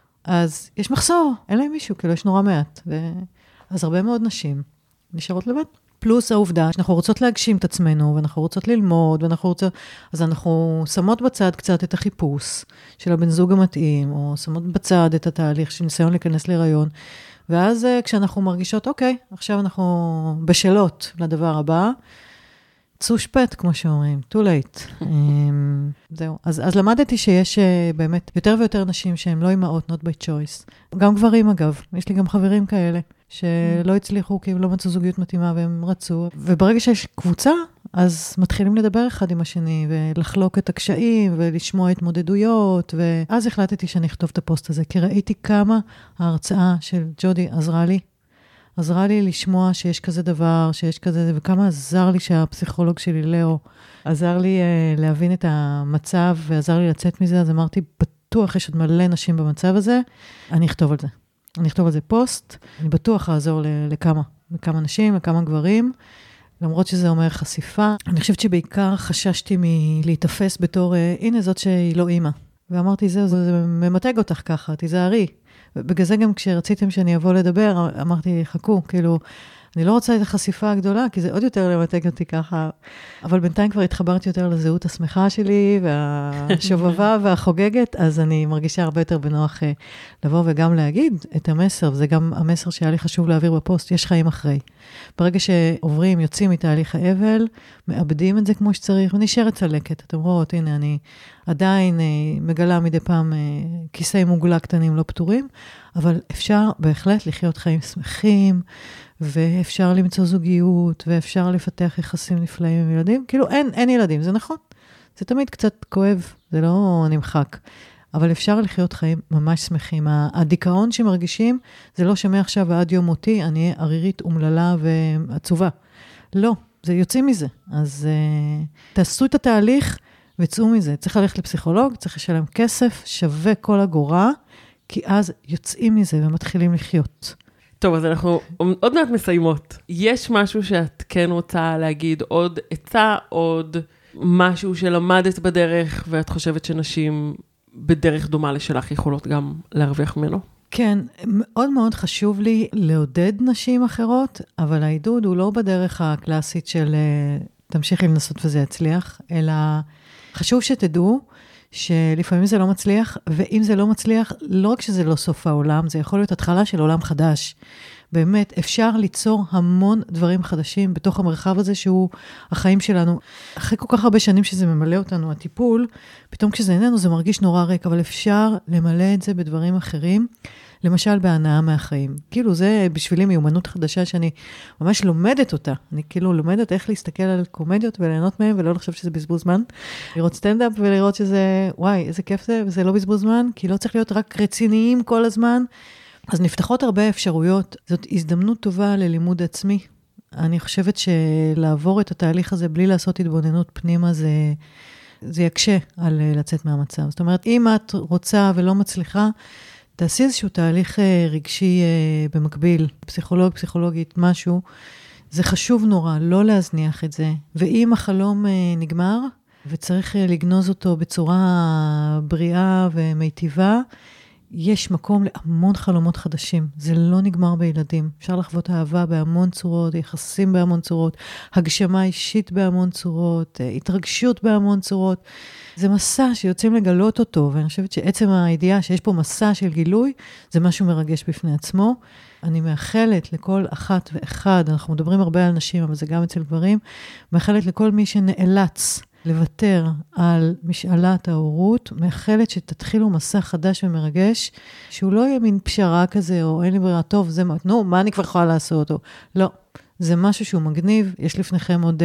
אז יש מחסור, אין להם מישהו, כאילו יש נורא מעט. אז הרבה מאוד נשים נשארות לבד. פלוס העובדה שאנחנו רוצות להגשים את עצמנו, ואנחנו רוצות ללמוד, אז אנחנו שמות בצד קצת את החיפוש של הבן זוג המתאים, או שמות בצד את התהליך של ניסיון להיכנס להיריון, ואז כשאנחנו מרגישות, אוקיי, עכשיו אנחנו בשלות לדבר הבא, צושפט, כמו שאומרים, too late. זהו. אז למדתי שיש באמת יותר ויותר נשים שהן לא אימהות, not by choice. גם גברים, אגב. יש לי גם חברים כאלה, שלא הצליחו, כי הם לא מצאו זוגיות מתאימה, והם רצו. וברגע שיש קבוצה, אז מתחילים לדבר אחד עם השני, ולחלוק את הקשיים, ולשמוע התמודדויות, ואז החלטתי שאני אכתוב את הפוסט הזה, כי ראיתי כמה ההרצאה של ג'ודי עזרה לי לשמוע שיש כזה דבר, שיש כזה, וכמה עזר לי שהפסיכולוג שלי, לאו, עזר לי להבין את המצב, ועזר לי לצאת מזה, אז אמרתי, בטוח יש עוד מלא נשים במצב הזה, אני אכתוב על זה. אני אכתוב על זה פוסט, אני בטוח אעזור לכמה נשים, לכמה גברים, למרות שזה אומר חשיפה. אני חושבת שבעיקר חששתי מלהתאפס בתור, הנה זאת שהיא לא אימא. ואמרתי, זה ממתג אותך ככה, תיזהרי. בגלל זה גם כשרציתם שאני אבוא לדבר, אמרתי, חכו, כאילו, אני לא רוצה את החשיפה הגדולה, כי זה עוד יותר למתג אותי ככה, אבל בינתיים כבר התחברתי יותר לזהות השמחה שלי, והשובבה והחוגגת, אז אני מרגישה הרבה יותר בנוח לבוא וגם להגיד את המסר, וזה גם המסר שהיה לי חשוב להעביר בפוסט, יש חיים אחרי. ברגע שעוברים, יוצאים מתהליך האבל, מאבדים את זה כמו שצריך, ונשארת צלקת. אתם רואות, הנה, אני עדיין מגלה מדי פעם כיסי מוגלה קטנים לא פתורים, אבל אפשר בהחלט לחיות חיים שמחים, ואפשר למצוא זוגיות, ואפשר לפתח יחסים נפלאים עם ילדים. כאילו, אין ילדים, זה נכון. זה תמיד קצת כואב, זה לא נמחק. אבל אפשר לחיות חיים ממש שמחים. הדיכאון שמרגישים, זה לא שמעכשיו ועד יום מותי, אני אהיה ערירית אומללה ועצובה. לא, זה יוצאים מזה. אז תעשו את התהליך וצאו מזה. צריך ללכת לפסיכולוג, צריך לשלם כסף, שווה כל אגורה, כי אז יוצאים מזה ומתחילים לחיות. טוב, אז אנחנו עוד מעט מסיימות. יש משהו שאת כן רוצה להגיד, עוד עצה, עוד משהו שלמדת בדרך, ואת חושבת שנשים בדרך דומה לשלך יכולות גם להרוויח ממנו? כן, מאוד מאוד חשוב לי לעודד נשים אחרות, אבל העידוד הוא לא בדרך הקלאסית של תמשיכי לנסות וזה יצליח, אלא חשוב שתדעו שלפעמים זה לא מצליח, ואם זה לא מצליח, לא רק שזה לא סוף העולם, זה יכול להיות התחלה של עולם חדש. באמת, אפשר ליצור המון דברים חדשים בתוך המרחב הזה, שהוא החיים שלנו. אחרי כל כך הרבה שנים שזה ממלא אותנו, הטיפול, פתאום כשזה איננו, זה מרגיש נורא ריק, אבל אפשר למלא את זה בדברים אחרים, למשל בהנאה מהחיים. כאילו זה בשבילי מיומנות חדשה שאני ממש לומדת אותה. אני כאילו לומדת איך להסתכל על קומדיות וליהנות מהם, ולא לחשוב שזה בזבוז זמן. לראות סטנדאפ ולראות שזה, וואי, איזה כיף זה, וזה לא בזבוז זמן, כי לא צריך להיות רק רציניים כל הזמן. אז נפתחות הרבה אפשרויות. זאת הזדמנות טובה ללימוד עצמי. אני חושבת שלעבור את התהליך הזה בלי לעשות התבוננות פנימה, זה יקשה על לצאת מהמצב. זאת אומרת, אם את רוצה ולא מצליחה, תעשי איזשהו תהליך רגשי במקביל, פסיכולוגית, משהו. זה חשוב נורא, לא להזניח את זה. ואם החלום נגמר, וצריך לגנוז אותו בצורה בריאה ומיטיבה, יש מקום להמון חלומות חדשים. זה לא נגמר בילדים. אפשר לחוות אהבה בהמון צורות, יחסים בהמון צורות, הגשמה אישית בהמון צורות, התרגשות בהמון צורות. זה מסע שיוצאים לגלות אותו, ואני חושבת שעצם הידיעה שיש פה מסע של גילוי, זה משהו מרגש בפני עצמו. אני מאחלת לכל אחת ואחד, אנחנו מדברים הרבה על נשים, אבל זה גם אצל גברים, מאחלת לכל מי שנאלץ לוותר על משאלת ההורות, מאחלת שתתחילו מסע חדש ומרגש, שהוא לא יהיה מין פשרה כזה, או אין לי ברירה טוב, זה מה אני כבר יכולה לעשות אותו? לא. זה משהו שהוא מגניב, יש לפניכם עוד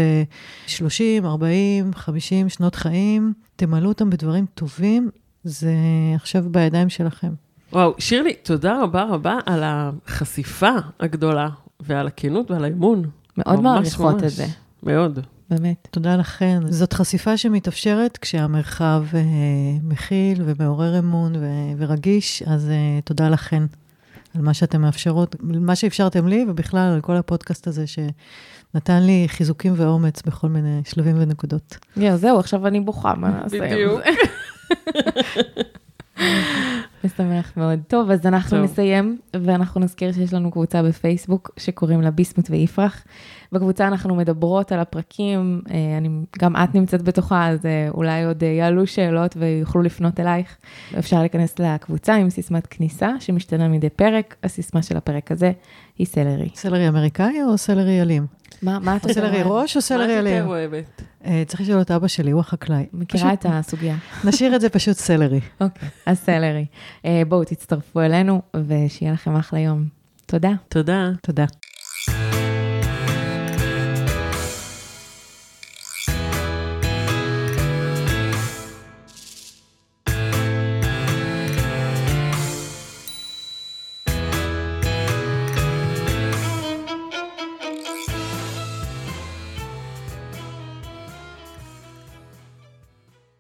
30, 40, 50 שנות חיים, תמלאו אותם בדברים טובים, זה עכשיו בידיים שלכם. וואו, שירלי, תודה רבה רבה על החשיפה הגדולה, ועל הכנות ועל האמון. מאוד מעריכות את זה. מאוד. באמת. תודה לכן. זאת חשיפה שמתאפשרת כשהמרחב מכיל ומעורר אמון ורגיש, אז תודה לכן. על מה שאתם מאפשרות, מה שאפשרתם לי, ובכלל על כל הפודקאסט הזה שנתן לי חיזוקים ואומץ בכל מיני שלבים ונקודות. זהו, עכשיו אני בוכה, מה נעשה? בדיוק. משמח מאוד. טוב, אז אנחנו נסיים, ואנחנו נזכיר שיש לנו קבוצה בפייסבוק, שקוראים לה ביסמוט ויפרח. בקבוצה אנחנו מדברות על הפרקים, גם את נמצאת בתוכה, אז אולי עוד יעלו שאלות ויוכלו לפנות אלייך. אפשר להיכנס לקבוצה עם סיסמת כניסה, שמשתנה מדי פרק. הסיסמה של הפרק הזה היא סלרי. סלרי אמריקאי או סלרי אלים? מה את סלרי ראש או סלרי אלים? מה את יותר אוהבת? צריך לשאול את אבא שלי, הוא החקלאי. מכירה את הסוגיה. נשאיר את זה פשוט סלרי. אוקיי, אז סלרי. בואו תצטרפו אלינו, ושיהיה לכם אחלה יום. תודה. תודה. תודה.